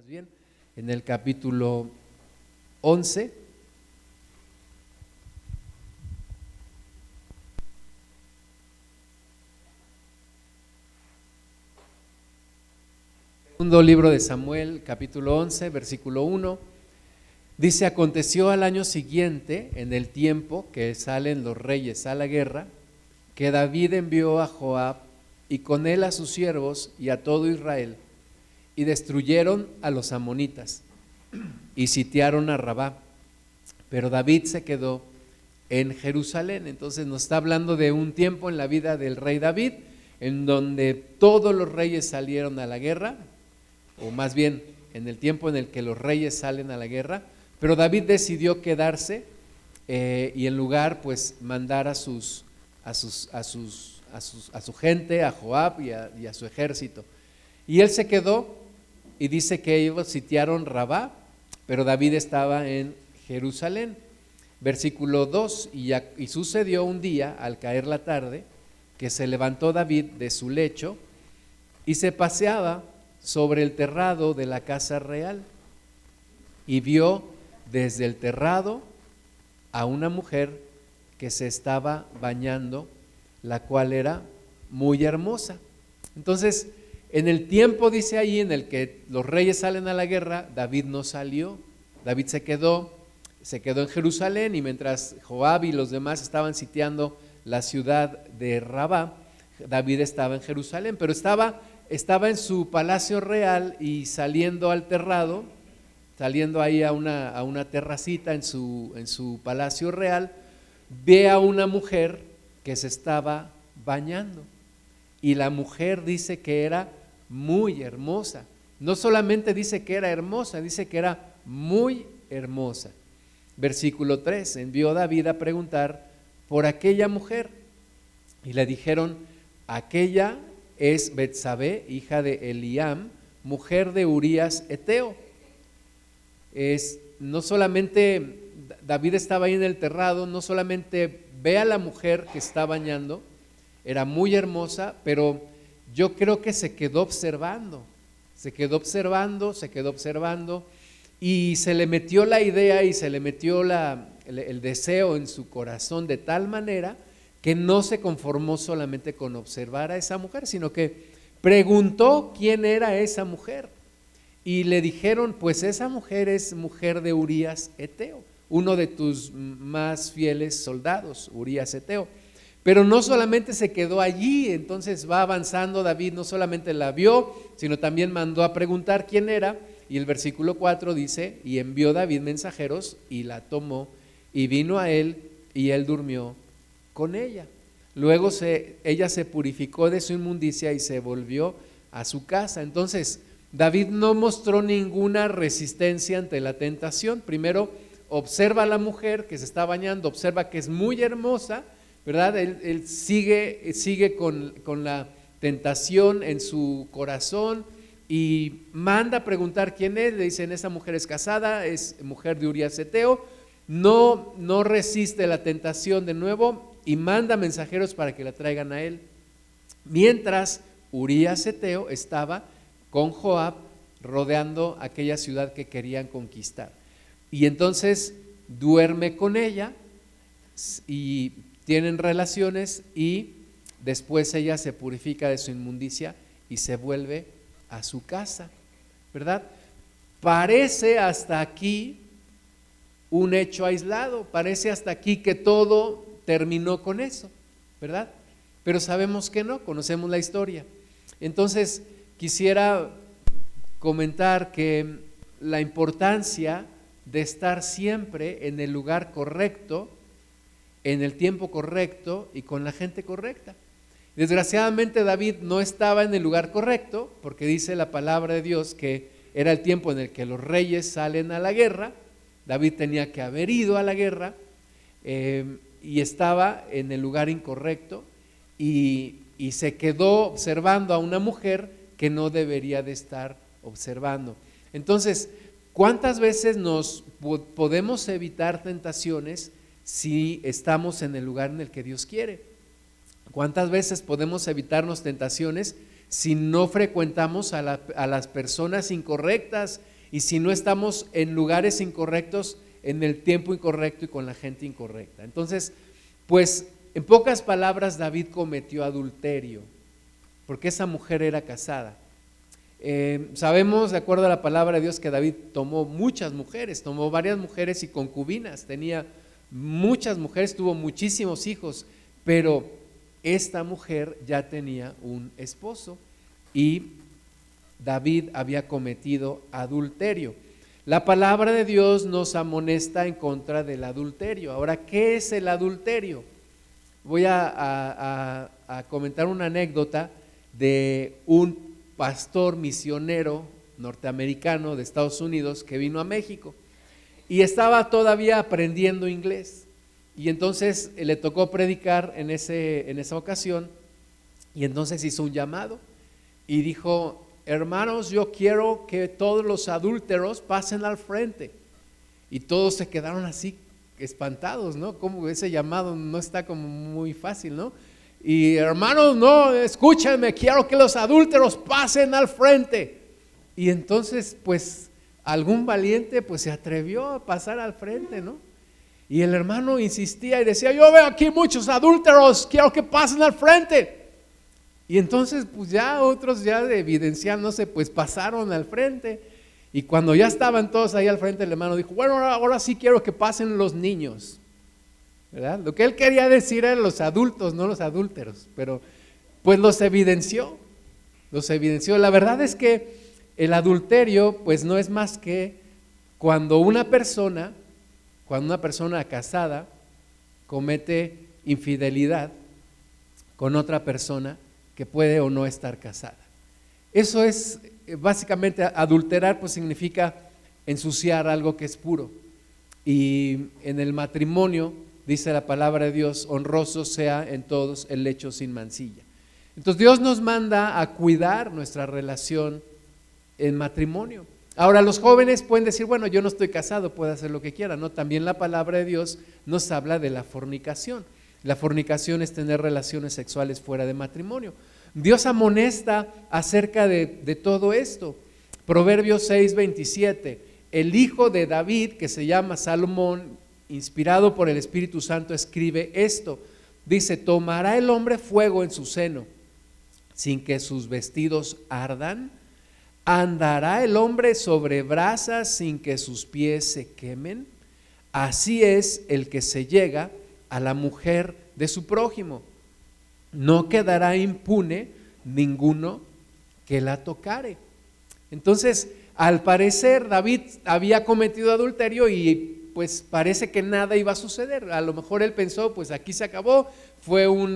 más bien, en el capítulo 11. Segundo libro de Samuel, capítulo 11, versículo 1. Dice: aconteció al año siguiente, en el tiempo que salen los reyes a la guerra, que David envió a Joab y con él a sus siervos y a todo Israel, y destruyeron a los amonitas y sitiaron a Rabá, pero David se quedó en Jerusalén. Entonces nos está hablando de un tiempo en la vida del rey David, en donde todos los reyes salieron a la guerra, o más bien en el tiempo en el que los reyes salen a la guerra, pero David decidió quedarse y en lugar pues mandar a su gente, a Joab y a su ejército. Y él se quedó, y dice que ellos sitiaron Rabá, pero David estaba en Jerusalén. Versículo 2, y sucedió un día, al caer la tarde, que se levantó David de su lecho y se paseaba sobre el terrado de la casa real, y vio desde el terrado a una mujer que se estaba bañando, la cual era muy hermosa. Entonces, en el tiempo, dice ahí, en el que los reyes salen a la guerra, David no salió. David se quedó en Jerusalén, y mientras Joab y los demás estaban sitiando la ciudad de Rabá, David estaba en Jerusalén, pero estaba en su palacio real, y saliendo al terrado, saliendo ahí a una terracita en su palacio real, ve a una mujer que se estaba bañando, y la mujer dice que era muy hermosa. No solamente dice que era hermosa, dice que era muy hermosa. Versículo 3, envió David a preguntar por aquella mujer, y le dijeron: aquella es Betsabé, hija de Eliam, mujer de Urías Eteo. No solamente David estaba ahí en el terrado, no solamente ve a la mujer que está bañando, era muy hermosa, pero yo creo que se quedó observando, y se le metió la idea, y se le metió el deseo en su corazón, de tal manera que no se conformó solamente con observar a esa mujer, sino que preguntó quién era esa mujer. Y le dijeron: pues esa mujer es mujer de Urías Eteo, uno de tus más fieles soldados, Urías Eteo. Pero no solamente se quedó allí. Entonces va avanzando David, no solamente la vio, sino también mandó a preguntar quién era. Y el versículo 4 dice: y envió David mensajeros, y la tomó, y vino a él, y él durmió con ella. Luego ella se purificó de su inmundicia y se volvió a su casa. Entonces David no mostró ninguna resistencia ante la tentación. Primero observa a la mujer que se está bañando, observa que es muy hermosa, ¿verdad? Él sigue con la tentación en su corazón, y manda a preguntar quién es. Le dicen: esa mujer es casada, es mujer de Urías Eteo. No resiste la tentación de nuevo, y manda mensajeros para que la traigan a él. Mientras Urías Eteo estaba con Joab rodeando aquella ciudad que querían conquistar. Y entonces duerme con ella, y tienen relaciones, y después ella se purifica de su inmundicia y se vuelve a su casa, ¿verdad? Parece hasta aquí un hecho aislado, parece hasta aquí que todo terminó con eso, ¿verdad? Pero sabemos que no, conocemos la historia. Entonces quisiera comentar que la importancia de estar siempre en el lugar correcto, en el tiempo correcto y con la gente correcta. Desgraciadamente David no estaba en el lugar correcto, porque dice la palabra de Dios que era el tiempo en el que los reyes salen a la guerra. David tenía que haber ido a la guerra, y estaba en el lugar incorrecto, y se quedó observando a una mujer que no debería de estar observando. Entonces, ¿cuántas veces nos podemos evitar tentaciones si estamos en el lugar en el que Dios quiere? ¿Cuántas veces podemos evitarnos tentaciones si no frecuentamos a las personas incorrectas y si no estamos en lugares incorrectos, en el tiempo incorrecto y con la gente incorrecta. Entonces, pues en pocas palabras, David cometió adulterio, porque esa mujer era casada. Sabemos, de acuerdo a la palabra de Dios, que David tomó muchas mujeres, tomó varias mujeres y concubinas, tenía muchas mujeres, tuvo muchísimos hijos, pero esta mujer ya tenía un esposo y David había cometido adulterio. La palabra de Dios nos amonesta en contra del adulterio. Ahora, ¿qué es el adulterio? Voy a comentar una anécdota de un pastor misionero norteamericano de Estados Unidos que vino a México y estaba todavía aprendiendo inglés, y entonces le tocó predicar en esa ocasión, y entonces hizo un llamado y dijo: hermanos, yo quiero que todos los adúlteros pasen al frente. Y todos se quedaron así espantados, ¿no? Como ese llamado no está como muy fácil, ¿no? Y hermanos, no, escúchenme, quiero que los adúlteros pasen al frente. Y entonces pues algún valiente pues se atrevió a pasar al frente, ¿no? Y el hermano insistía y decía: yo veo aquí muchos adúlteros, quiero que pasen al frente. Y entonces pues ya otros, ya de evidenciándose, pues pasaron al frente. Y cuando ya estaban todos ahí al frente, el hermano dijo: bueno, ahora sí quiero que pasen los niños, ¿verdad? Lo que él quería decir eran los adultos, no los adúlteros, pero pues los evidenció. La verdad es que el adulterio pues no es más que cuando una persona casada comete infidelidad con otra persona que puede o no estar casada. Eso es básicamente adulterar, pues significa ensuciar algo que es puro. Y en el matrimonio, dice la palabra de Dios, honroso sea en todos el lecho sin mancilla. Entonces Dios nos manda a cuidar nuestra relación en matrimonio. Ahora los jóvenes pueden decir: bueno, yo no estoy casado, puedo hacer lo que quiera, ¿no? También la palabra de Dios nos habla de la fornicación. La fornicación es tener relaciones sexuales fuera de matrimonio. Dios amonesta acerca de todo esto. Proverbios 6:27, el hijo de David, que se llama Salomón, inspirado por el Espíritu Santo, escribe esto. Dice: ¿tomará el hombre fuego en su seno sin que sus vestidos ardan? ¿Andará el hombre sobre brasas sin que sus pies se quemen? Así es el que se llega a la mujer de su prójimo. No quedará impune ninguno que la tocare. Entonces, al parecer, David había cometido adulterio y pues parece que nada iba a suceder. A lo mejor él pensó: pues aquí se acabó, fue un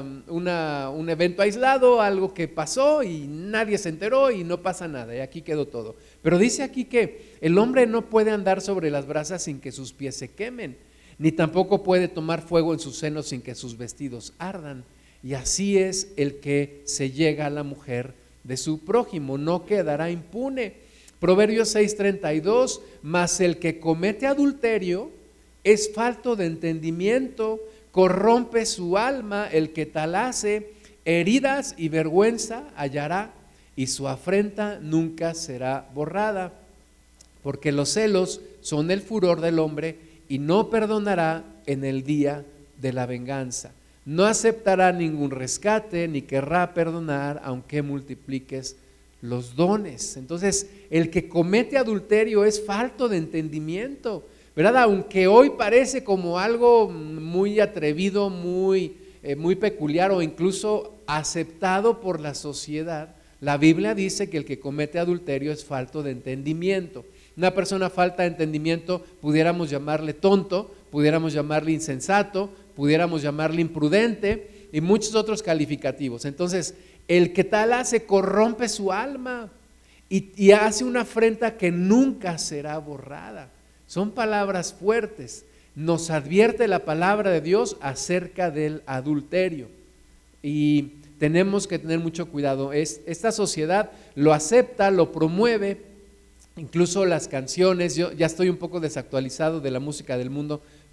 evento aislado, algo que pasó y nadie se enteró y no pasa nada, y aquí quedó todo. Pero dice aquí que el hombre no puede andar sobre las brasas sin que sus pies se quemen, ni tampoco puede tomar fuego en sus senos sin que sus vestidos ardan. Y así es el que se llega a la mujer de su prójimo, no quedará impune. Proverbios 6:32, mas el que comete adulterio es falto de entendimiento, corrompe su alma, el que tal hace, heridas y vergüenza hallará, y su afrenta nunca será borrada. Porque los celos son el furor del hombre, y no perdonará en el día de la venganza. No aceptará ningún rescate, ni querrá perdonar, aunque multipliques los dones. Entonces, el que comete adulterio es falto de entendimiento, ¿verdad? Aunque hoy parece como algo muy atrevido, muy peculiar o incluso aceptado por la sociedad, la Biblia dice que el que comete adulterio es falto de entendimiento. Una persona falta de entendimiento pudiéramos llamarle tonto, pudiéramos llamarle insensato, pudiéramos llamarle imprudente y muchos otros calificativos. Entonces, el que tal hace corrompe su alma y hace una afrenta que nunca será borrada. Son palabras fuertes. Nos advierte la palabra de Dios acerca del adulterio y tenemos que tener mucho cuidado. Esta sociedad lo acepta, lo promueve, incluso las canciones. Yo ya estoy un poco desactualizado de la música del mundo,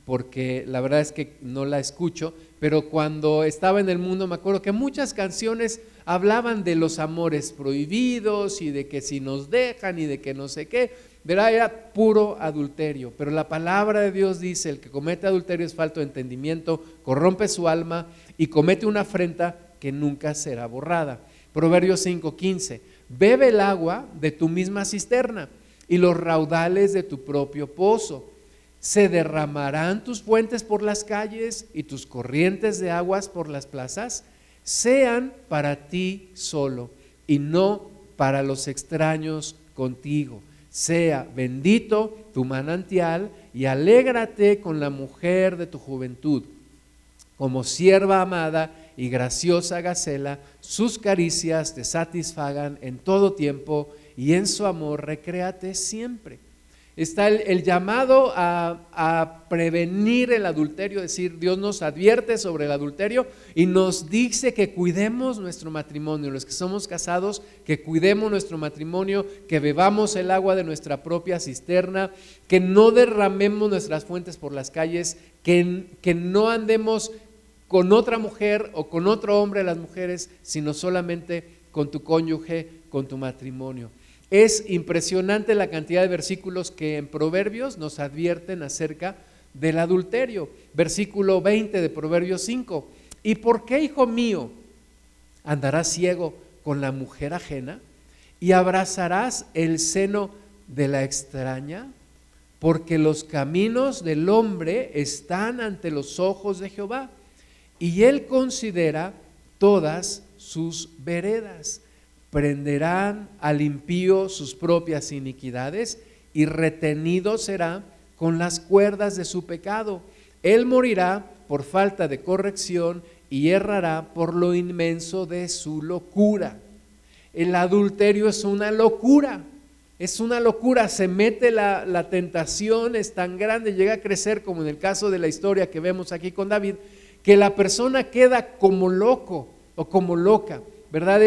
porque la verdad es que no la escucho, pero cuando estaba en el mundo me acuerdo que muchas canciones hablaban de los amores prohibidos y de que si nos dejan y de que no sé qué, ¿verdad? Era puro adulterio, pero la palabra de Dios dice: el que comete adulterio es falto de entendimiento, corrompe su alma y comete una afrenta que nunca será borrada. Proverbios 5:15, bebe el agua de tu misma cisterna y los raudales de tu propio pozo. Se derramarán tus fuentes por las calles y tus corrientes de aguas por las plazas. Sean para ti solo y no para los extraños contigo. Sea bendito tu manantial y alégrate con la mujer de tu juventud. Como sierva amada y graciosa Gacela, sus caricias te satisfagan en todo tiempo y en su amor recréate siempre. Está el llamado a prevenir el adulterio, es decir, Dios nos advierte sobre el adulterio y nos dice que cuidemos nuestro matrimonio, los que somos casados, que cuidemos nuestro matrimonio, que bebamos el agua de nuestra propia cisterna, que no derramemos nuestras fuentes por las calles, que no andemos con otra mujer o con otro hombre, las mujeres, sino solamente con tu cónyuge, con tu matrimonio. Es impresionante la cantidad de versículos que en Proverbios nos advierten acerca del adulterio. Versículo 20 de Proverbios 5. ¿Y por qué, hijo mío, andarás ciego con la mujer ajena y abrazarás el seno de la extraña? Porque los caminos del hombre están ante los ojos de Jehová, y él considera todas sus veredas. Prenderán al impío sus propias iniquidades, y retenido será con las cuerdas de su pecado. Él morirá por falta de corrección y errará por lo inmenso de su locura. El adulterio es una locura, se mete la tentación, es tan grande, llega a crecer como en el caso de la historia que vemos aquí con David, que la persona queda como loco o como loca, ¿verdad?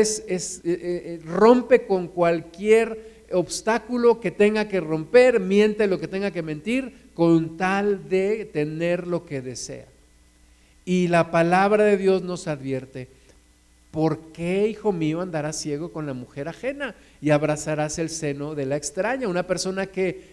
Rompe con cualquier obstáculo que tenga que romper, miente lo que tenga que mentir, con tal de tener lo que desea. Y la palabra de Dios nos advierte: ¿por qué, hijo mío, andarás ciego con la mujer ajena y abrazarás el seno de la extraña? Una persona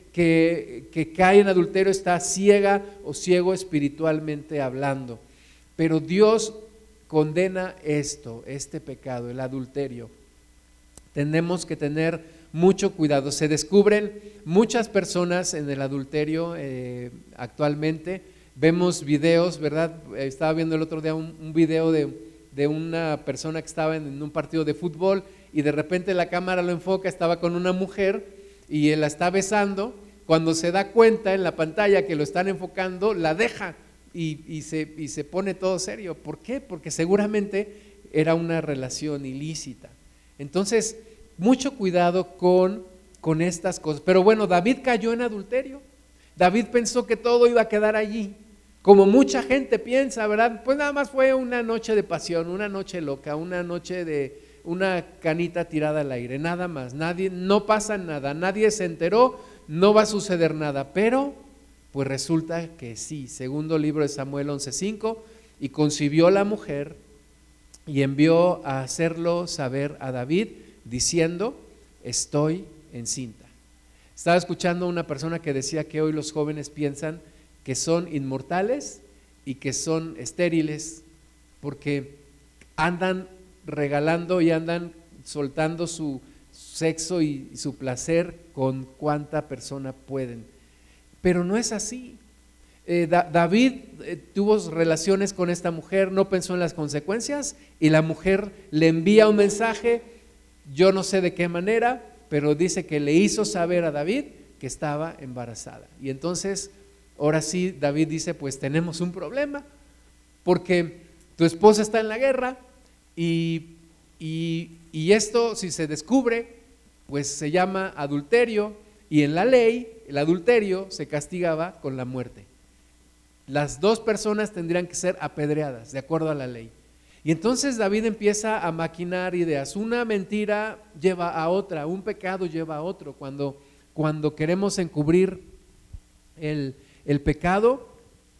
que cae en adulterio está ciega o ciego espiritualmente hablando. Pero Dios condena este pecado, el adulterio. Tenemos que tener mucho cuidado. Se descubren muchas personas en el adulterio actualmente. Vemos videos, ¿verdad? Estaba viendo el otro día un video de una persona que estaba en un partido de fútbol y de repente la cámara lo enfoca, estaba con una mujer y él la está besando. Cuando se da cuenta en la pantalla que lo están enfocando, la deja y se pone todo serio. ¿Por qué? Porque seguramente era una relación ilícita. Entonces, mucho cuidado con estas cosas. Pero bueno, David cayó en adulterio. David pensó que todo iba a quedar allí, como mucha gente piensa, ¿verdad? Pues nada más fue una noche de pasión, una noche loca, una noche de una canita tirada al aire, nada más. No pasa nada, nadie se enteró, no va a suceder nada. Pero pues resulta que sí. Segundo libro de Samuel 11:5, y concibió la mujer y envió a hacerlo saber a David, diciendo: estoy encinta. Estaba escuchando a una persona que decía que hoy los jóvenes piensan que son inmortales y que son estériles porque andan regalando y andan soltando su sexo y su placer con cuanta persona pueden. Pero no es así. David tuvo relaciones con esta mujer, no pensó en las consecuencias y la mujer le envía un mensaje, yo no sé de qué manera, pero dice que le hizo saber a David que estaba embarazada. Y entonces, ahora sí, David dice: pues tenemos un problema, porque tu esposa está en la guerra y esto, si se descubre, pues se llama adulterio, y en la ley el adulterio se castigaba con la muerte. Las dos personas tendrían que ser apedreadas de acuerdo a la ley. Y entonces David empieza a maquinar ideas. Una mentira lleva a otra, un pecado lleva a otro. Cuando queremos encubrir el pecado,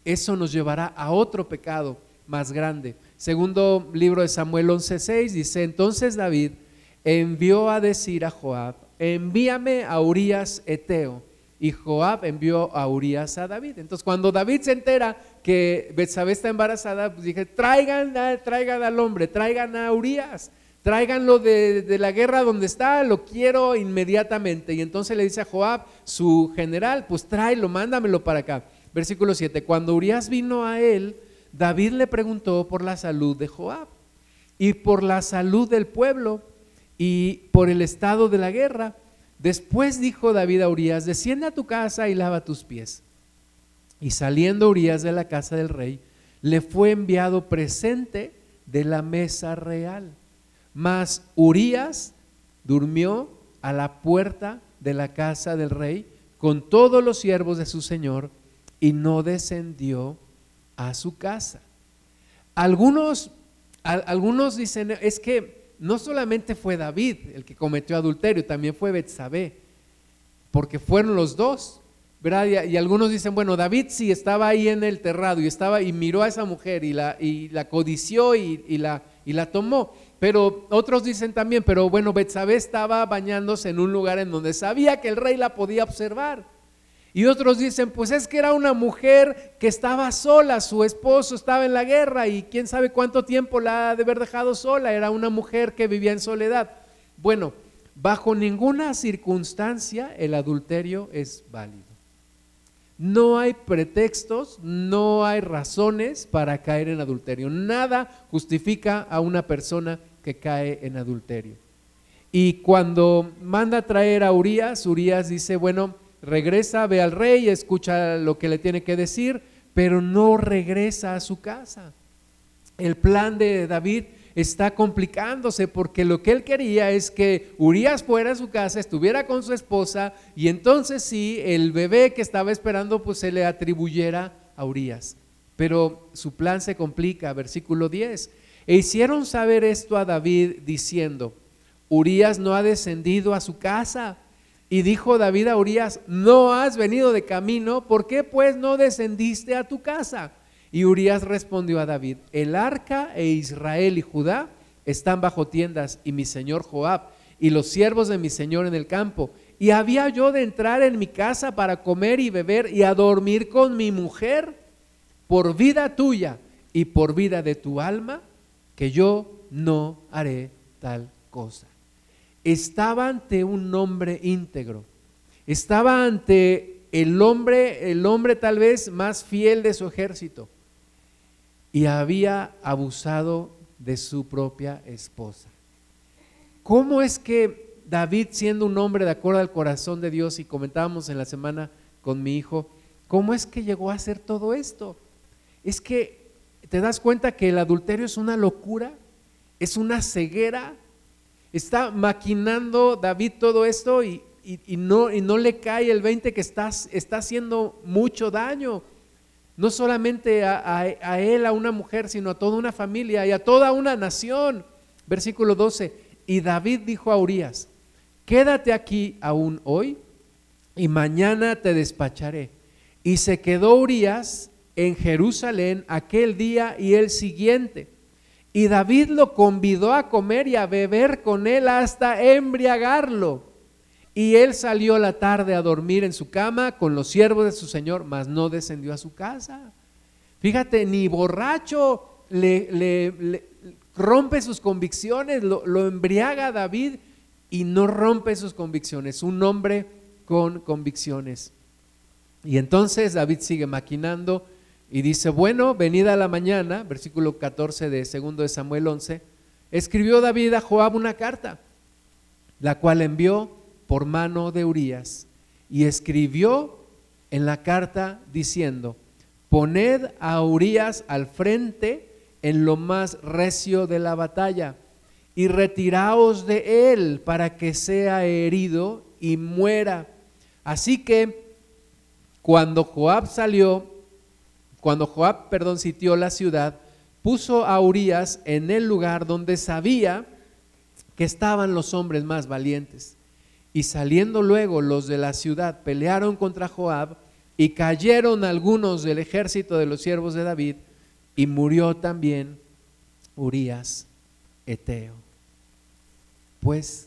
eso nos llevará a otro pecado más grande. Segundo libro de Samuel 11:6 dice: entonces David envió a decir a Joab: envíame a Urías Eteo. Y Joab envió a Urías a David. Entonces cuando David se entera que Betsabé está embarazada, pues dije: traigan al hombre, traigan a Urías, tráiganlo de la guerra donde está, lo quiero inmediatamente. Y entonces le dice a Joab, su general: pues tráelo, mándamelo para acá. Versículo 7, cuando Urías vino a él, David le preguntó por la salud de Joab y por la salud del pueblo y por el estado de la guerra. Después dijo David a Urías: desciende a tu casa y lava tus pies. Y saliendo Urías de la casa del rey, le fue enviado presente de la mesa real. Mas Urías durmió a la puerta de la casa del rey con todos los siervos de su señor y no descendió a su casa. Algunos dicen: es que no solamente fue David el que cometió adulterio, también fue Betsabé, porque fueron los dos, ¿verdad? Y algunos dicen: bueno, David sí estaba ahí en el terrado y miró a esa mujer y la codició y la tomó. Pero otros dicen también: pero bueno, Betsabé estaba bañándose en un lugar en donde sabía que el rey la podía observar. Y otros dicen: pues es que era una mujer que estaba sola, su esposo estaba en la guerra y quién sabe cuánto tiempo la ha de haber dejado sola, era una mujer que vivía en soledad. Bueno, bajo ninguna circunstancia el adulterio es válido. No hay pretextos, no hay razones para caer en adulterio. Nada justifica a una persona que cae en adulterio. Y cuando manda a traer a Urías, Urías dice: bueno, regresa, ve al rey, escucha lo que le tiene que decir, pero no regresa a su casa. El plan de David está complicándose porque lo que él quería es que Urías fuera a su casa, estuviera con su esposa y entonces sí, el bebé que estaba esperando pues se le atribuyera a Urías. Pero su plan se complica. Versículo 10, e hicieron saber esto a David diciendo: Urías no ha descendido a su casa. Y dijo David a Urías: no has venido de camino, ¿por qué pues no descendiste a tu casa? Y Urías respondió a David: el arca e Israel y Judá están bajo tiendas, y mi señor Joab y los siervos de mi señor en el campo. Y había yo de entrar en mi casa para comer y beber y a dormir con mi mujer. Por vida tuya y por vida de tu alma, que yo no haré tal cosa. Estaba ante un hombre íntegro, estaba ante el hombre tal vez más fiel de su ejército, y había abusado de su propia esposa. ¿Cómo es que David, siendo un hombre de acuerdo al corazón de Dios, y comentábamos en la semana con mi hijo, cómo es que llegó a hacer todo esto? Es que te das cuenta que el adulterio es una locura, es una ceguera. Está maquinando David todo esto y no le cae el 20 que está haciendo mucho daño, no solamente a él, a una mujer, sino a toda una familia y a toda una nación. Versículo 12, y David dijo a Urías: quédate aquí aún hoy y mañana te despacharé. Y se quedó Urías en Jerusalén aquel día y el siguiente. Y David lo convidó a comer y a beber con él hasta embriagarlo. Y él salió la tarde a dormir en su cama con los siervos de su señor, mas no descendió a su casa. Fíjate, ni borracho le rompe sus convicciones, lo embriaga a David y no rompe sus convicciones. Un hombre con convicciones. Y entonces David sigue maquinando y dice: bueno, venida la mañana, versículo 14 de 2 de Samuel 11, escribió David a Joab una carta, la cual envió por mano de Urías, y escribió en la carta diciendo: poned a Urías al frente en lo más recio de la batalla, y retiraos de él para que sea herido y muera. Así que cuando Joab sitió la ciudad, puso a Urías en el lugar donde sabía que estaban los hombres más valientes. Y saliendo luego los de la ciudad pelearon contra Joab y cayeron algunos del ejército de los siervos de David, y murió también Urías Eteo. Pues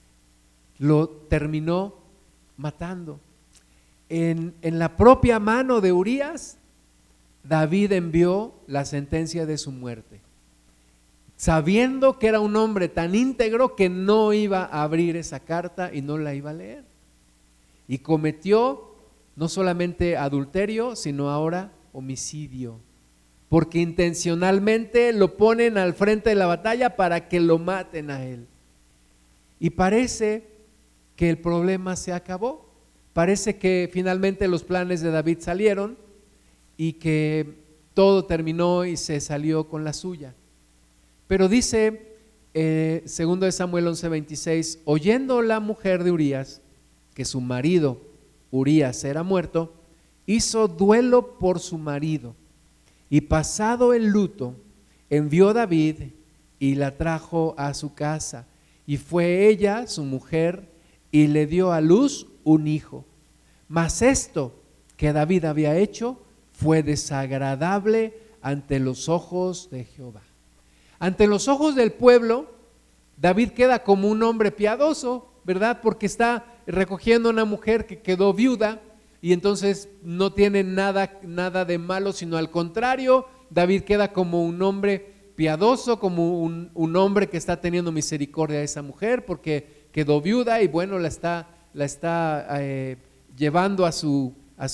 lo terminó matando. En la propia mano de Urías, David envió la sentencia de su muerte, sabiendo que era un hombre tan íntegro que no iba a abrir esa carta y no la iba a leer. Y cometió no solamente adulterio, sino ahora homicidio, porque intencionalmente lo ponen al frente de la batalla para que lo maten a él. Y parece que el problema se acabó, parece que finalmente los planes de David salieron y que todo terminó y se salió con la suya. Pero dice, segundo de Samuel 11:26, oyendo la mujer de Urías que su marido Urías era muerto, hizo duelo por su marido, y pasado el luto, envió David y la trajo a su casa, y fue ella, su mujer, y le dio a luz un hijo. Mas esto que David había hecho fue desagradable ante los ojos de Jehová. Ante los ojos del pueblo, David queda como un hombre piadoso, ¿verdad? Porque está recogiendo a una mujer que quedó viuda, y entonces no tiene nada de malo, sino al contrario, David queda como un hombre piadoso, como un hombre que está teniendo misericordia de esa mujer porque quedó viuda, y bueno, la está llevando a su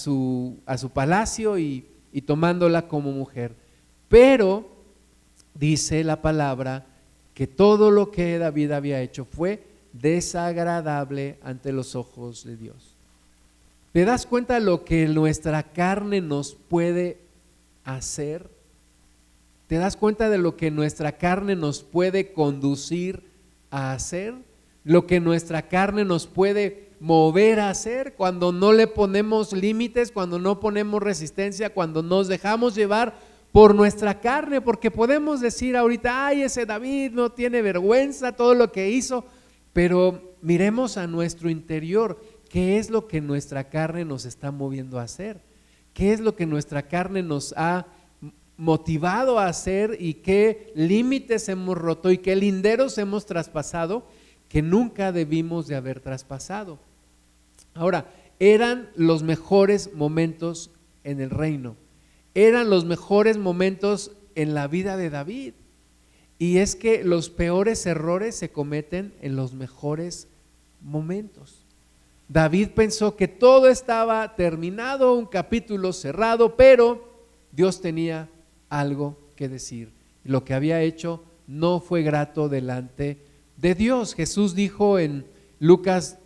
palacio y tomándola como mujer. Pero dice la palabra que todo lo que David había hecho fue desagradable ante los ojos de Dios. ¿Te das cuenta de lo que nuestra carne nos puede hacer? ¿Te das cuenta de lo que nuestra carne nos puede conducir a hacer? Lo que nuestra carne nos puede mover a hacer cuando no le ponemos límites, cuando no ponemos resistencia, cuando nos dejamos llevar por nuestra carne, porque podemos decir ahorita, ay, ese David no tiene vergüenza, todo lo que hizo, pero miremos a nuestro interior. ¿Qué es lo que nuestra carne nos está moviendo a hacer? ¿Qué es lo que nuestra carne nos ha motivado a hacer y qué límites hemos roto y qué linderos hemos traspasado que nunca debimos de haber traspasado? Ahora, eran los mejores momentos en el reino, eran los mejores momentos en la vida de David, y es que los peores errores se cometen en los mejores momentos. David pensó que todo estaba terminado, un capítulo cerrado, pero Dios tenía algo que decir. Lo que había hecho no fue grato delante de Dios. Jesús dijo en Lucas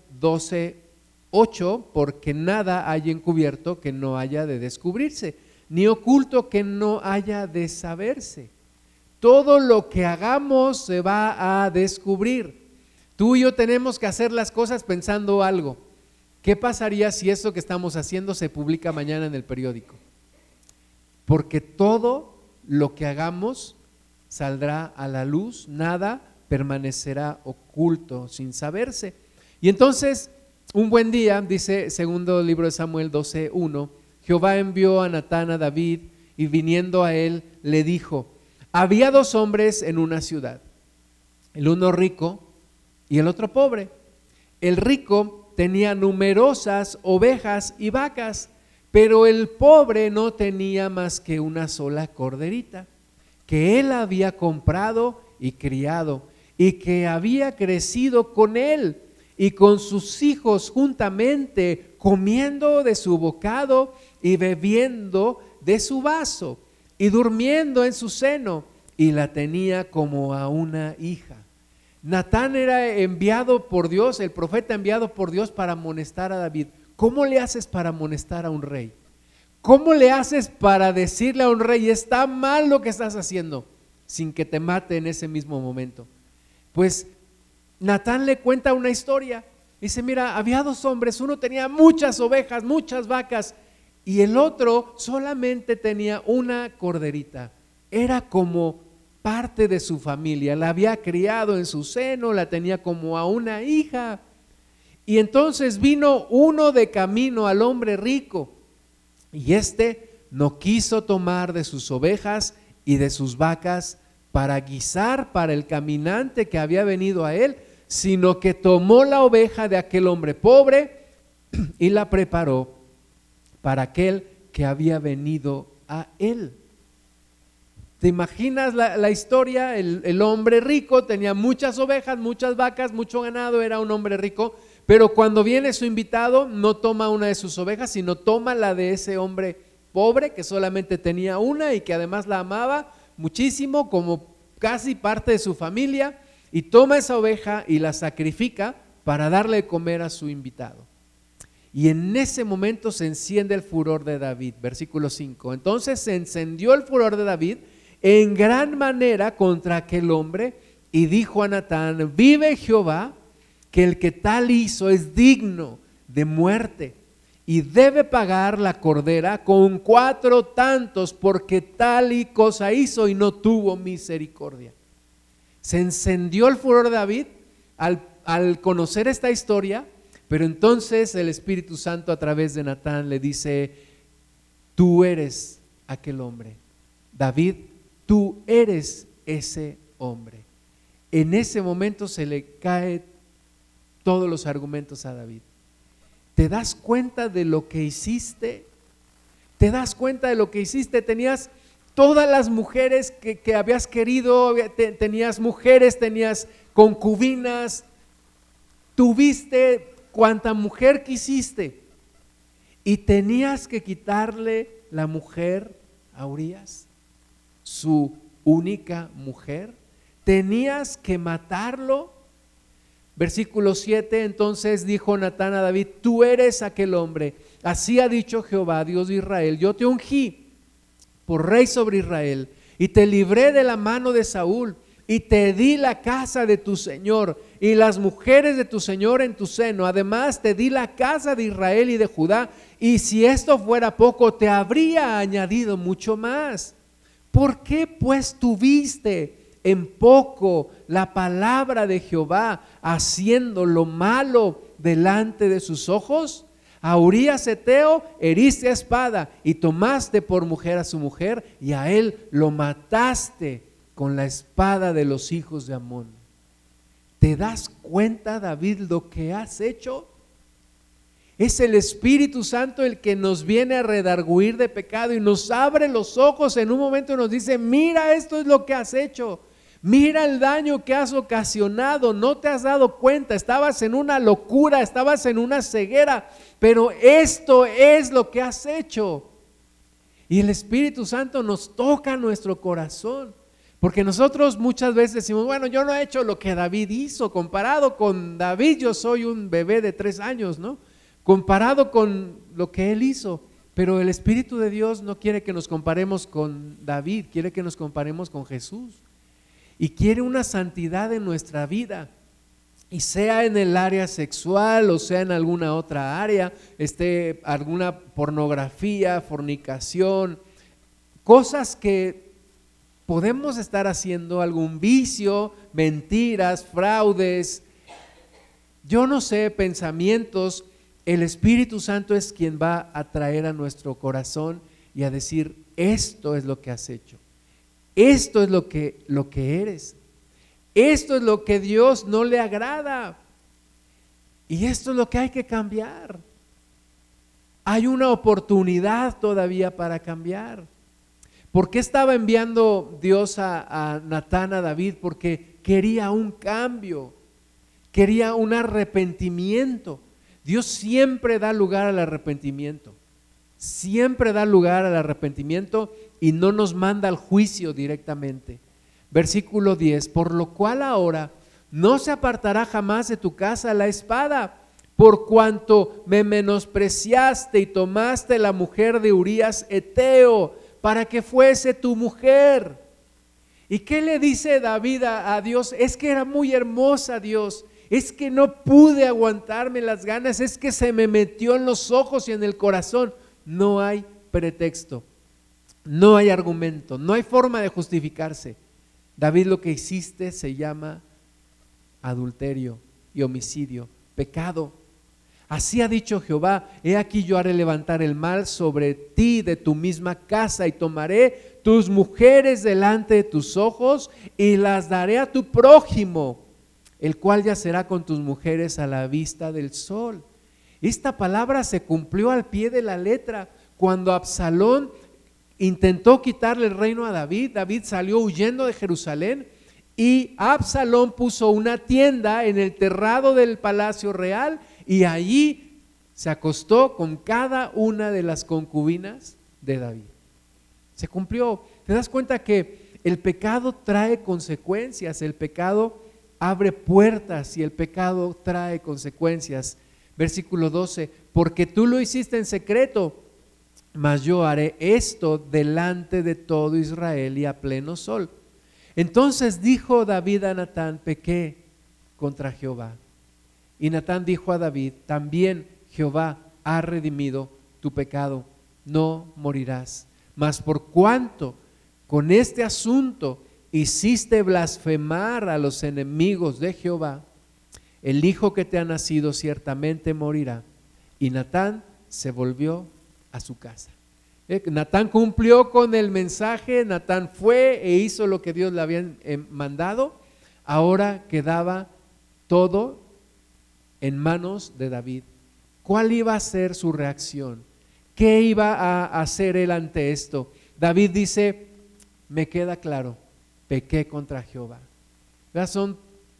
12:8, porque nada hay encubierto que no haya de descubrirse, ni oculto que no haya de saberse. Todo lo que hagamos se va a descubrir. Tú y yo tenemos que hacer las cosas pensando algo. ¿Qué pasaría si esto que estamos haciendo se publica mañana en el periódico? Porque todo lo que hagamos saldrá a la luz, nada permanecerá oculto sin saberse. Y entonces, un buen día, dice segundo libro de Samuel 12:1, Jehová envió a Natán a David, y viniendo a él le dijo: había dos hombres en una ciudad, el uno rico y el otro pobre. El rico tenía numerosas ovejas y vacas, pero el pobre no tenía más que una sola corderita, que él había comprado y criado, y que había crecido con él y con sus hijos juntamente, comiendo de su bocado y bebiendo de su vaso, y durmiendo en su seno, y la tenía como a una hija. Natán era enviado por Dios, el profeta enviado por Dios para amonestar a David. ¿Cómo le haces para amonestar a un rey? ¿Cómo le haces para decirle a un rey, está mal lo que estás haciendo, sin que te mate en ese mismo momento? Pues Natán le cuenta una historia. Dice, mira, había dos hombres, uno tenía muchas ovejas, muchas vacas, y el otro solamente tenía una corderita. Era como parte de su familia, la había criado en su seno, la tenía como a una hija. Y entonces vino uno de camino al hombre rico Y no quiso tomar de sus ovejas y de sus vacas para guisar para el caminante que había venido a él, sino que tomó la oveja de aquel hombre pobre y la preparó para aquel que había venido a él. ¿Te imaginas la historia? El hombre rico tenía muchas ovejas, muchas vacas, mucho ganado, era un hombre rico, pero cuando viene su invitado no toma una de sus ovejas, sino toma la de ese hombre pobre que solamente tenía una y que además la amaba muchísimo, como casi parte de su familia, y toma esa oveja y la sacrifica para darle de comer a su invitado. Y en ese momento se enciende el furor de David, versículo 5. Entonces se encendió el furor de David en gran manera contra aquel hombre y dijo a Natán: vive Jehová, que el que tal hizo es digno de muerte y debe pagar la cordera con 4 tantos, porque tal y cosa hizo y no tuvo misericordia. Se encendió el furor de David al conocer esta historia, pero entonces el Espíritu Santo a través de Natán le dice: tú eres aquel hombre, David, tú eres ese hombre. En ese momento se le cae todos los argumentos a David. ¿Te das cuenta de lo que hiciste? ¿Te das cuenta de lo que hiciste? Tenías todas las mujeres que habías querido, tenías mujeres, tenías concubinas, tuviste cuanta mujer quisiste y tenías que quitarle la mujer a Urías, su única mujer. Tenías que matarlo. Versículo 7, entonces dijo Natán a David: tú eres aquel hombre, así ha dicho Jehová, Dios de Israel, yo te ungí por rey sobre Israel y te libré de la mano de Saúl y te di la casa de tu señor y las mujeres de tu señor en tu seno. Además te di la casa de Israel y de Judá, y si esto fuera poco, te habría añadido mucho más. ¿Por qué pues tuviste en poco la palabra de Jehová, haciendo lo malo delante de sus ojos? A Urías Heteo heriste a espada y tomaste por mujer a su mujer, y a él lo mataste con la espada de los hijos de Amón. ¿Te das cuenta, David, lo que has hecho? Es el Espíritu Santo el que nos viene a redarguir de pecado y nos abre los ojos en un momento y nos dice: mira, esto es lo que has hecho. Mira el daño que has ocasionado, no te has dado cuenta, estabas en una locura, estabas en una ceguera, pero esto es lo que has hecho. Y el Espíritu Santo nos toca nuestro corazón, porque nosotros muchas veces decimos: bueno, yo no he hecho lo que David hizo. Comparado con David, yo soy un bebé de 3 años, ¿no? Comparado con lo que él hizo. Pero el Espíritu de Dios no quiere que nos comparemos con David, quiere que nos comparemos con Jesús. Y quiere una santidad en nuestra vida, y sea en el área sexual o sea en alguna otra área, alguna pornografía, fornicación, cosas que podemos estar haciendo, algún vicio, mentiras, fraudes, yo no sé, pensamientos. El Espíritu Santo es quien va a traer a nuestro corazón y a decir: esto es lo que has hecho. Esto es lo que eres. Esto es lo que Dios no le agrada. Y esto es lo que hay que cambiar. Hay una oportunidad todavía para cambiar. ¿Por qué estaba enviando Dios a Natán a David? Porque quería un cambio, quería un arrepentimiento. Dios siempre da lugar al arrepentimiento. Siempre da lugar al arrepentimiento y no nos manda al juicio directamente. Versículo 10, por lo cual ahora no se apartará jamás de tu casa la espada, por cuanto me menospreciaste y tomaste la mujer de Urías Heteo para que fuese tu mujer. ¿Y qué le dice David a Dios? Es que era muy hermosa, Dios. Es que no pude aguantarme las ganas, es que se me metió en los ojos y en el corazón. No hay pretexto, no hay argumento, no hay forma de justificarse. David, lo que hiciste se llama adulterio y homicidio, pecado. Así ha dicho Jehová, he aquí yo haré levantar el mal sobre ti de tu misma casa y tomaré tus mujeres delante de tus ojos y las daré a tu prójimo, el cual yacerá con tus mujeres a la vista del sol. Esta palabra se cumplió al pie de la letra. Cuando Absalón intentó quitarle el reino a David, David salió huyendo de Jerusalén y Absalón puso una tienda en el terrado del palacio real y allí se acostó con cada una de las concubinas de David. Se cumplió. ¿Te das cuenta que el pecado trae consecuencias? El pecado abre puertas y el pecado trae consecuencias. Versículo 12, porque tú lo hiciste en secreto, mas yo haré esto delante de todo Israel y a pleno sol. Entonces dijo David a Natán, pequé contra Jehová. Y Natán dijo a David, también Jehová ha redimido tu pecado, no morirás. Mas por cuanto con este asunto hiciste blasfemar a los enemigos de Jehová, el hijo que te ha nacido ciertamente morirá. Y Natán se volvió a su casa. Natán cumplió con el mensaje, Natán fue e hizo lo que Dios le había mandado. Ahora quedaba todo en manos de David. ¿Cuál iba a ser su reacción? ¿Qué iba a hacer él ante esto? David dice, me queda claro, pequé contra Jehová. Son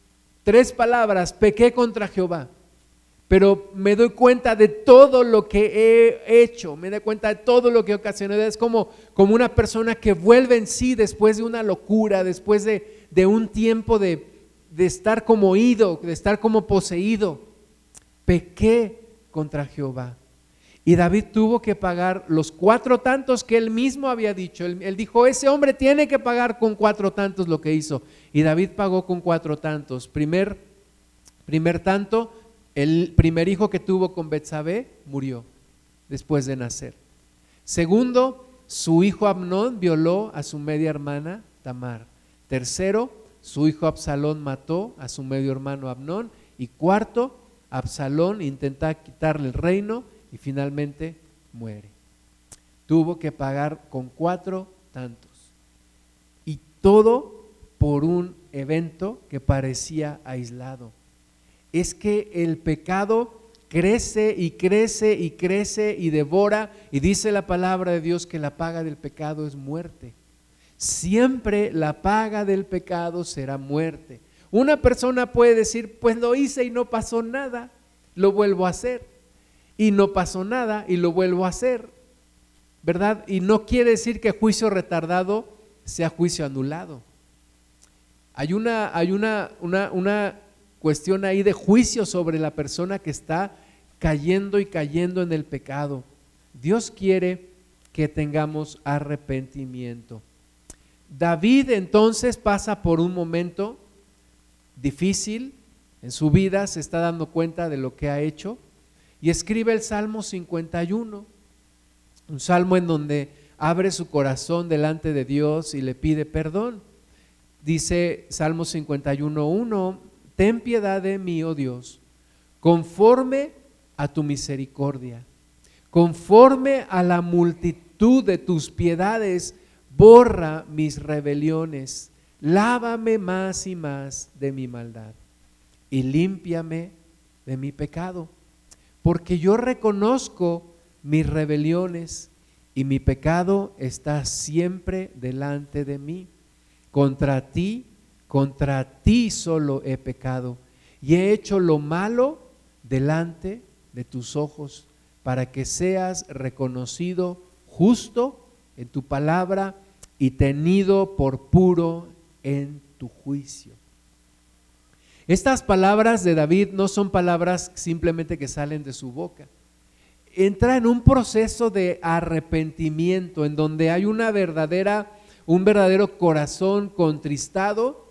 3 palabras, pequé contra Jehová, pero me doy cuenta de todo lo que he hecho, me doy cuenta de todo lo que he ocasionado. Es como una persona que vuelve en sí después de una locura, después de un tiempo de estar como ido, de estar como poseído. Pequé contra Jehová. Y David tuvo que pagar los 4 tantos que él mismo había dicho. Él dijo, ese hombre tiene que pagar con 4 tantos lo que hizo. Y David pagó con 4 tantos. Primer tanto, el primer hijo que tuvo con Betsabé murió después de nacer. Segundo, su hijo Amnón violó a su media hermana Tamar. Tercero, su hijo Absalón mató a su medio hermano Amnón. Y cuarto, Absalón intenta quitarle el reino y finalmente muere. Tuvo que pagar con 4 tantos. Y todo por un evento que parecía aislado. Es que el pecado crece y crece y crece y devora, y dice la palabra de Dios que la paga del pecado es muerte. Siempre la paga del pecado será muerte. Una persona puede decir, pues lo hice y no pasó nada, lo vuelvo a hacer. Y no pasó nada y lo vuelvo a hacer, ¿verdad? Y no quiere decir que juicio retardado sea juicio anulado. Hay una cuestión ahí de juicio sobre la persona que está cayendo y cayendo en el pecado. Dios quiere que tengamos arrepentimiento. David entonces pasa por un momento difícil en su vida, se está dando cuenta de lo que ha hecho. Y escribe el Salmo 51, un salmo en donde abre su corazón delante de Dios y le pide perdón. Dice Salmo 51:1, ten piedad de mí, oh Dios, conforme a tu misericordia, conforme a la multitud de tus piedades, borra mis rebeliones, lávame más y más de mi maldad y límpiame de mi pecado. Porque yo reconozco mis rebeliones y mi pecado está siempre delante de mí. Contra ti solo he pecado y he hecho lo malo delante de tus ojos, para que seas reconocido justo en tu palabra y tenido por puro en tu juicio. Estas palabras de David no son palabras simplemente que salen de su boca. Entra en un proceso de arrepentimiento en donde hay un verdadero corazón contristado,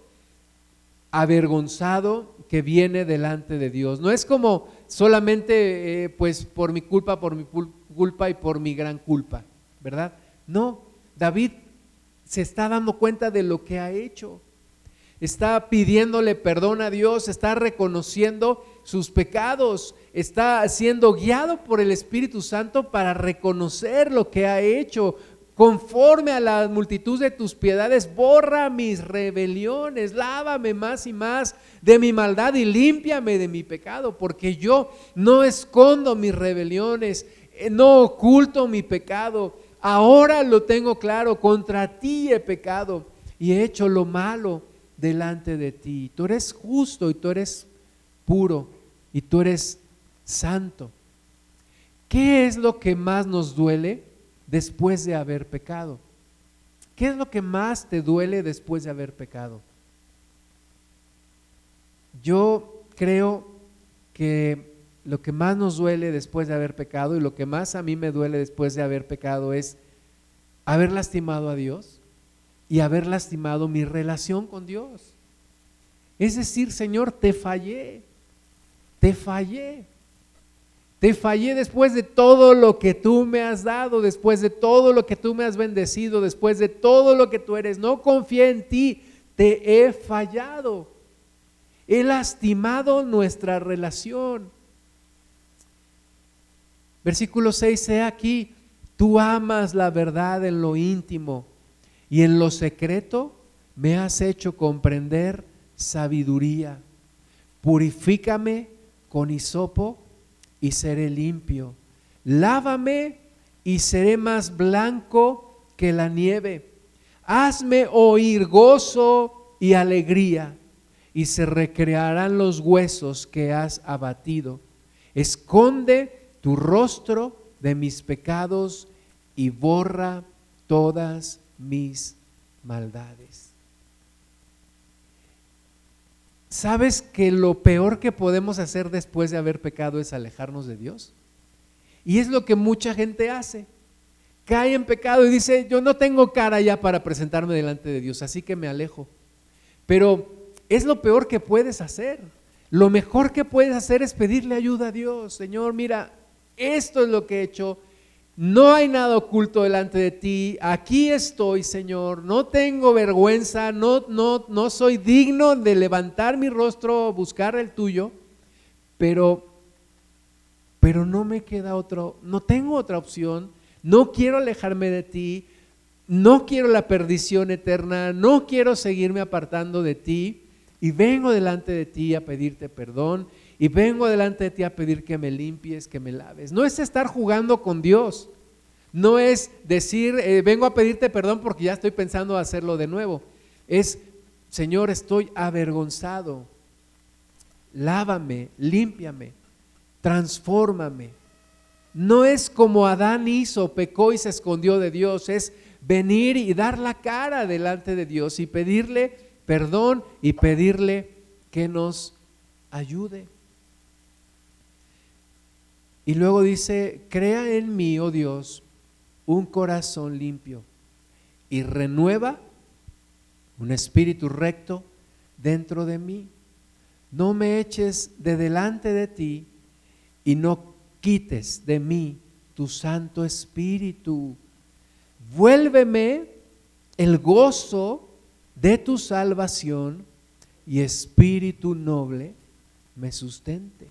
avergonzado, que viene delante de Dios. No es como solamente pues por mi culpa y por mi gran culpa, ¿verdad? No, David se está dando cuenta de lo que ha hecho. está pidiéndole perdón a Dios, está reconociendo sus pecados, está siendo guiado por el Espíritu Santo para reconocer lo que ha hecho. Conforme a la multitud de tus piedades, borra mis rebeliones, lávame más y más de mi maldad y límpiame de mi pecado, porque yo no escondo mis rebeliones, no oculto mi pecado. Ahora lo tengo claro, contra ti he pecado y he hecho lo malo delante de ti. Tú eres justo y tú eres puro y tú eres santo. ¿Qué es lo que más nos duele después de haber pecado? ¿Qué es lo que más te duele después de haber pecado? Yo creo que lo que más nos duele después de haber pecado, y lo que más a mí me duele después de haber pecado, es haber lastimado a Dios y haber lastimado mi relación con Dios. Es decir, Señor, te fallé después de todo lo que tú me has dado, después de todo lo que tú me has bendecido, después de todo lo que tú eres. No confié en ti, te he fallado, he lastimado nuestra relación. Versículo 6, he aquí, tú amas la verdad en lo íntimo y en lo secreto me has hecho comprender sabiduría. Purifícame con hisopo y seré limpio. Lávame y seré más blanco que la nieve. Hazme oír gozo y alegría y se recrearán los huesos que has abatido. Esconde tu rostro de mis pecados y borra todas mis maldades. ¿Sabes que lo peor que podemos hacer después de haber pecado es alejarnos de Dios? Y es lo que mucha gente hace. Cae en pecado y dice, yo no tengo cara ya para presentarme delante de Dios, así que me alejo. Pero es lo peor que puedes hacer. Lo mejor que puedes hacer es pedirle ayuda a Dios. Señor, mira, esto es lo que he hecho. No hay nada oculto delante de ti. Aquí estoy, Señor. No tengo vergüenza. No soy digno de levantar mi rostro, buscar el tuyo. Pero no me queda no tengo otra opción. No quiero alejarme de ti. No quiero la perdición eterna. No quiero seguirme apartando de ti. Y vengo delante de ti a pedirte perdón. Y vengo delante de ti a pedir que me limpies, que me laves. No es estar jugando con Dios. No es decir, vengo a pedirte perdón porque ya estoy pensando hacerlo de nuevo. Es, Señor, estoy avergonzado. Lávame, límpiame, transfórmame. No es como Adán hizo, pecó y se escondió de Dios. Es venir y dar la cara delante de Dios y pedirle perdón y pedirle que nos ayude. Y luego dice, crea en mí, oh Dios, un corazón limpio y renueva un espíritu recto dentro de mí. No me eches de delante de ti y no quites de mí tu Santo Espíritu. Vuélveme el gozo de tu salvación y espíritu noble me sustente.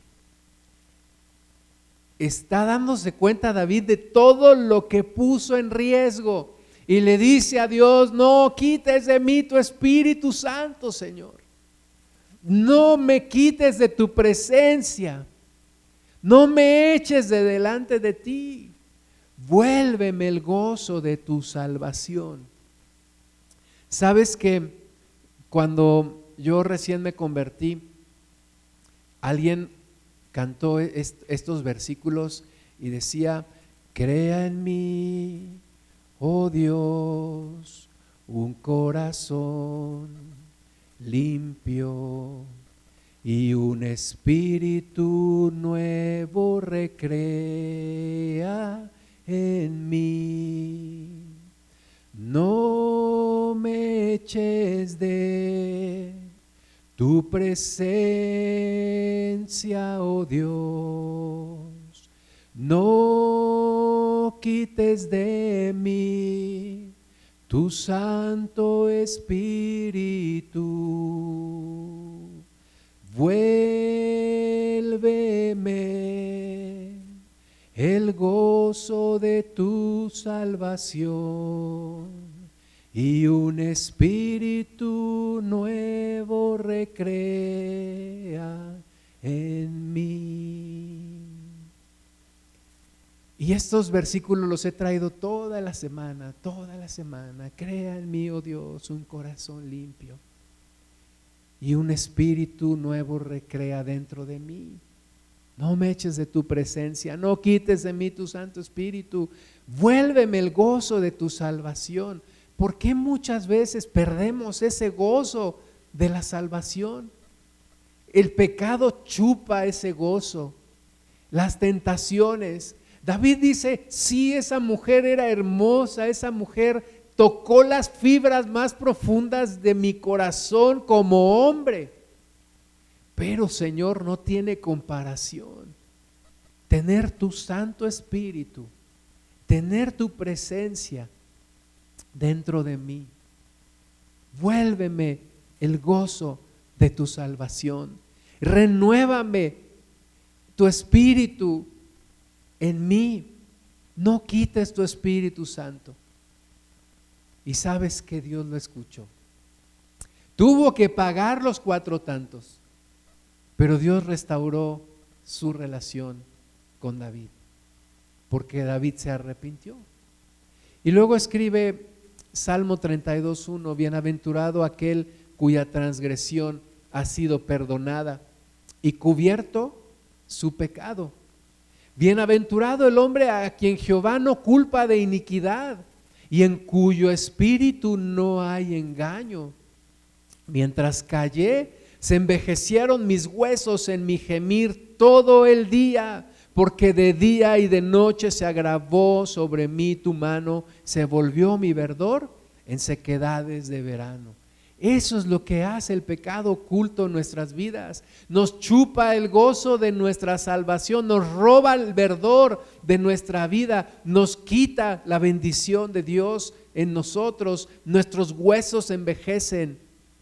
Está dándose cuenta David de todo lo que puso en riesgo y le dice a Dios, no quites de mí tu Espíritu Santo, Señor. No me quites de tu presencia. No me eches de delante de ti. Vuélveme el gozo de tu salvación. ¿Sabes que cuando yo recién me convertí, alguien cantó estos versículos y decía, crea en mí, oh Dios, un corazón limpio y un espíritu nuevo recrea en mí. No me eches de tu presencia, oh Dios, no quites de mí tu Santo Espíritu, vuélveme el gozo de tu salvación y un espíritu nuevo recrea en mí. Y estos versículos los he traído toda la semana. Crea en mí, oh Dios, un corazón limpio y un espíritu nuevo recrea dentro de mí. No me eches de tu presencia, no quites de mí tu Santo Espíritu, vuélveme el gozo de tu salvación. ¿Por qué muchas veces perdemos ese gozo de la salvación? El pecado chupa ese gozo, las tentaciones. David dice, sí, esa mujer era hermosa, esa mujer tocó las fibras más profundas de mi corazón como hombre. Pero, Señor, no tiene comparación. Tener tu Santo Espíritu, tener tu presencia dentro de mí. Vuélveme el gozo de tu salvación. Renuévame tu Espíritu en mí. No quites tu Espíritu Santo. Y sabes que Dios lo escuchó. Tuvo que pagar los 4 tantos, pero Dios restauró su relación con David, porque David se arrepintió. Y luego escribe Salmo 32:1, bienaventurado aquel cuya transgresión ha sido perdonada y cubierto su pecado. Bienaventurado el hombre a quien Jehová no culpa de iniquidad y en cuyo espíritu no hay engaño. Mientras callé, se envejecieron mis huesos en mi gemir todo el día, porque de día y de noche se agravó sobre mí tu mano, se volvió mi verdor en sequedades de verano. Eso es lo que hace el pecado oculto en nuestras vidas. Nos chupa el gozo de nuestra salvación, nos roba el verdor de nuestra vida, nos quita la bendición de Dios en nosotros, nuestros huesos envejecen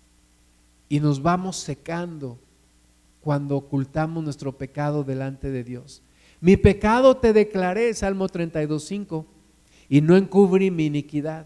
y nos vamos secando cuando ocultamos nuestro pecado delante de Dios. Mi pecado te declaré, Salmo 32:5, y no encubrí mi iniquidad.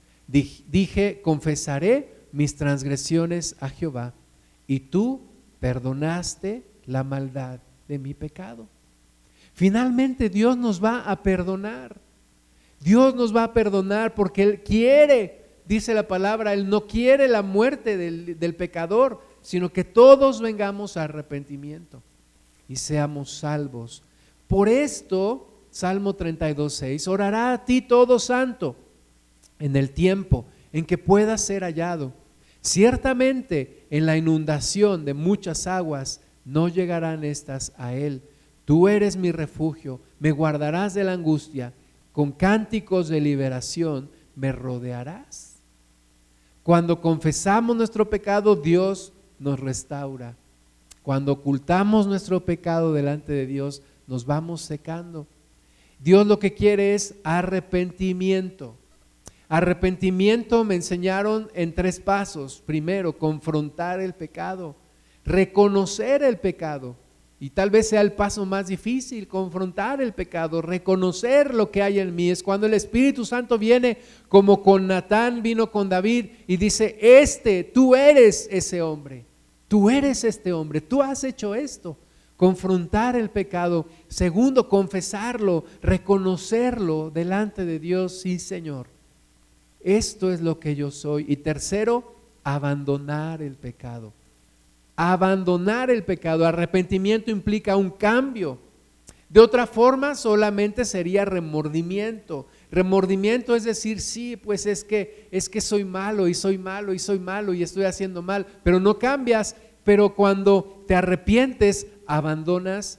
Dije, confesaré mis transgresiones a Jehová, y tú perdonaste la maldad de mi pecado. Finalmente Dios nos va a perdonar. Dios nos va a perdonar porque Él quiere, dice la palabra, Él no quiere la muerte del pecador, sino que todos vengamos a arrepentimiento y seamos salvos. Por esto, Salmo 32:6, orará a ti todo santo en el tiempo en que pueda ser hallado. Ciertamente en la inundación de muchas aguas no llegarán estas a él. Tú eres mi refugio, me guardarás de la angustia, con cánticos de liberación me rodearás. Cuando confesamos nuestro pecado, Dios nos restaura. Cuando ocultamos nuestro pecado delante de Dios, nos vamos secando. Dios lo que quiere es arrepentimiento. Arrepentimiento me enseñaron en 3 pasos. Primero, confrontar el pecado, reconocer el pecado. Y tal vez sea el paso más difícil, confrontar el pecado, reconocer lo que hay en mí. Es cuando el Espíritu Santo viene, como con Natán vino con David y dice, tú eres ese hombre, tú eres este hombre, tú has hecho esto. Confrontar el pecado. Segundo, confesarlo, reconocerlo delante de Dios. Sí, Señor, esto es lo que yo soy. Y tercero, abandonar el pecado. Abandonar el pecado. Arrepentimiento implica un cambio. De otra forma, solamente sería remordimiento. Remordimiento es decir, sí, pues es que soy malo y soy malo y soy malo y estoy haciendo mal, pero no cambias. Pero cuando te arrepientes, abandonas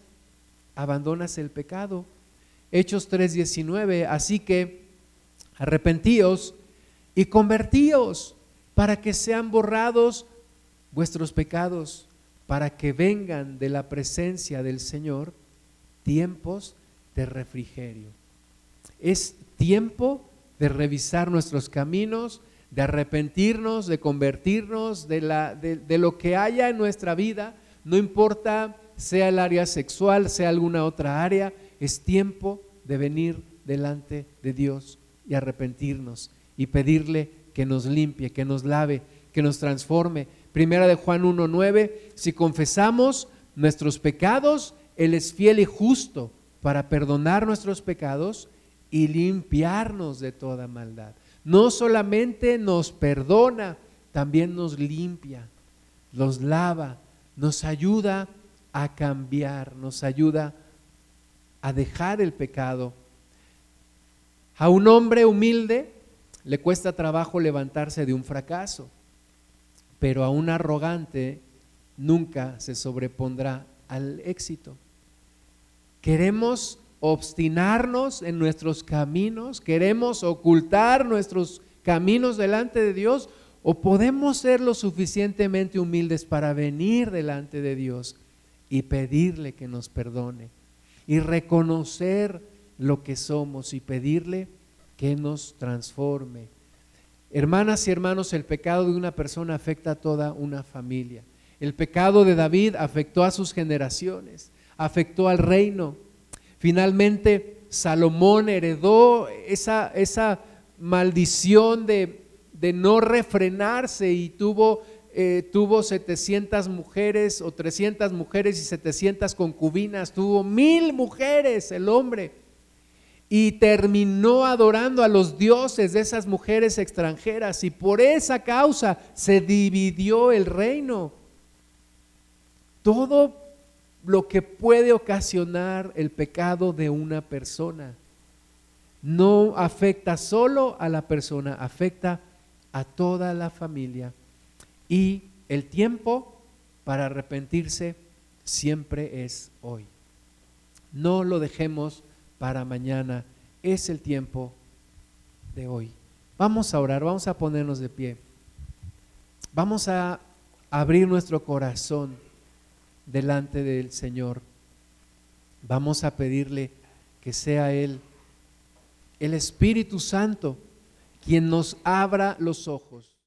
el pecado. Hechos 3:19, así que arrepentíos y convertíos para que sean borrados vuestros pecados, para que vengan de la presencia del Señor tiempos de refrigerio. Es tiempo de revisar nuestros caminos, de arrepentirnos, de convertirnos de lo que haya en nuestra vida, no importa sea el área sexual, sea alguna otra área, es tiempo de venir delante de Dios y arrepentirnos y pedirle que nos limpie, que nos lave, que nos transforme. Primera de Juan 1:9, si confesamos nuestros pecados, Él es fiel y justo para perdonar nuestros pecados y limpiarnos de toda maldad. No solamente nos perdona, también nos limpia, nos lava, nos ayuda a cambiar, nos ayuda a dejar el pecado. A un hombre humilde le cuesta trabajo levantarse de un fracaso, pero a un arrogante nunca se sobrepondrá al éxito. Queremos obstinarnos en nuestros caminos, queremos ocultar nuestros caminos delante de Dios, o podemos ser lo suficientemente humildes para venir delante de Dios y pedirle que nos perdone y reconocer lo que somos y pedirle que nos transforme. Hermanas y hermanos, el pecado de una persona afecta a toda una familia. El pecado de David afectó a sus generaciones, afectó al reino. Finalmente, Salomón heredó esa maldición de no refrenarse y tuvo 700 mujeres o 300 mujeres y 700 concubinas, tuvo 1000 mujeres el hombre y terminó adorando a los dioses de esas mujeres extranjeras y por esa causa se dividió el reino. Todo lo que puede ocasionar el pecado de una persona no afecta solo a la persona, afecta a toda la familia. Y el tiempo para arrepentirse siempre es hoy. No lo dejemos para mañana, es el tiempo de hoy. Vamos a orar, vamos a ponernos de pie. Vamos a abrir nuestro corazón delante del Señor. Vamos a pedirle que sea Él, el Espíritu Santo, quien nos abra los ojos.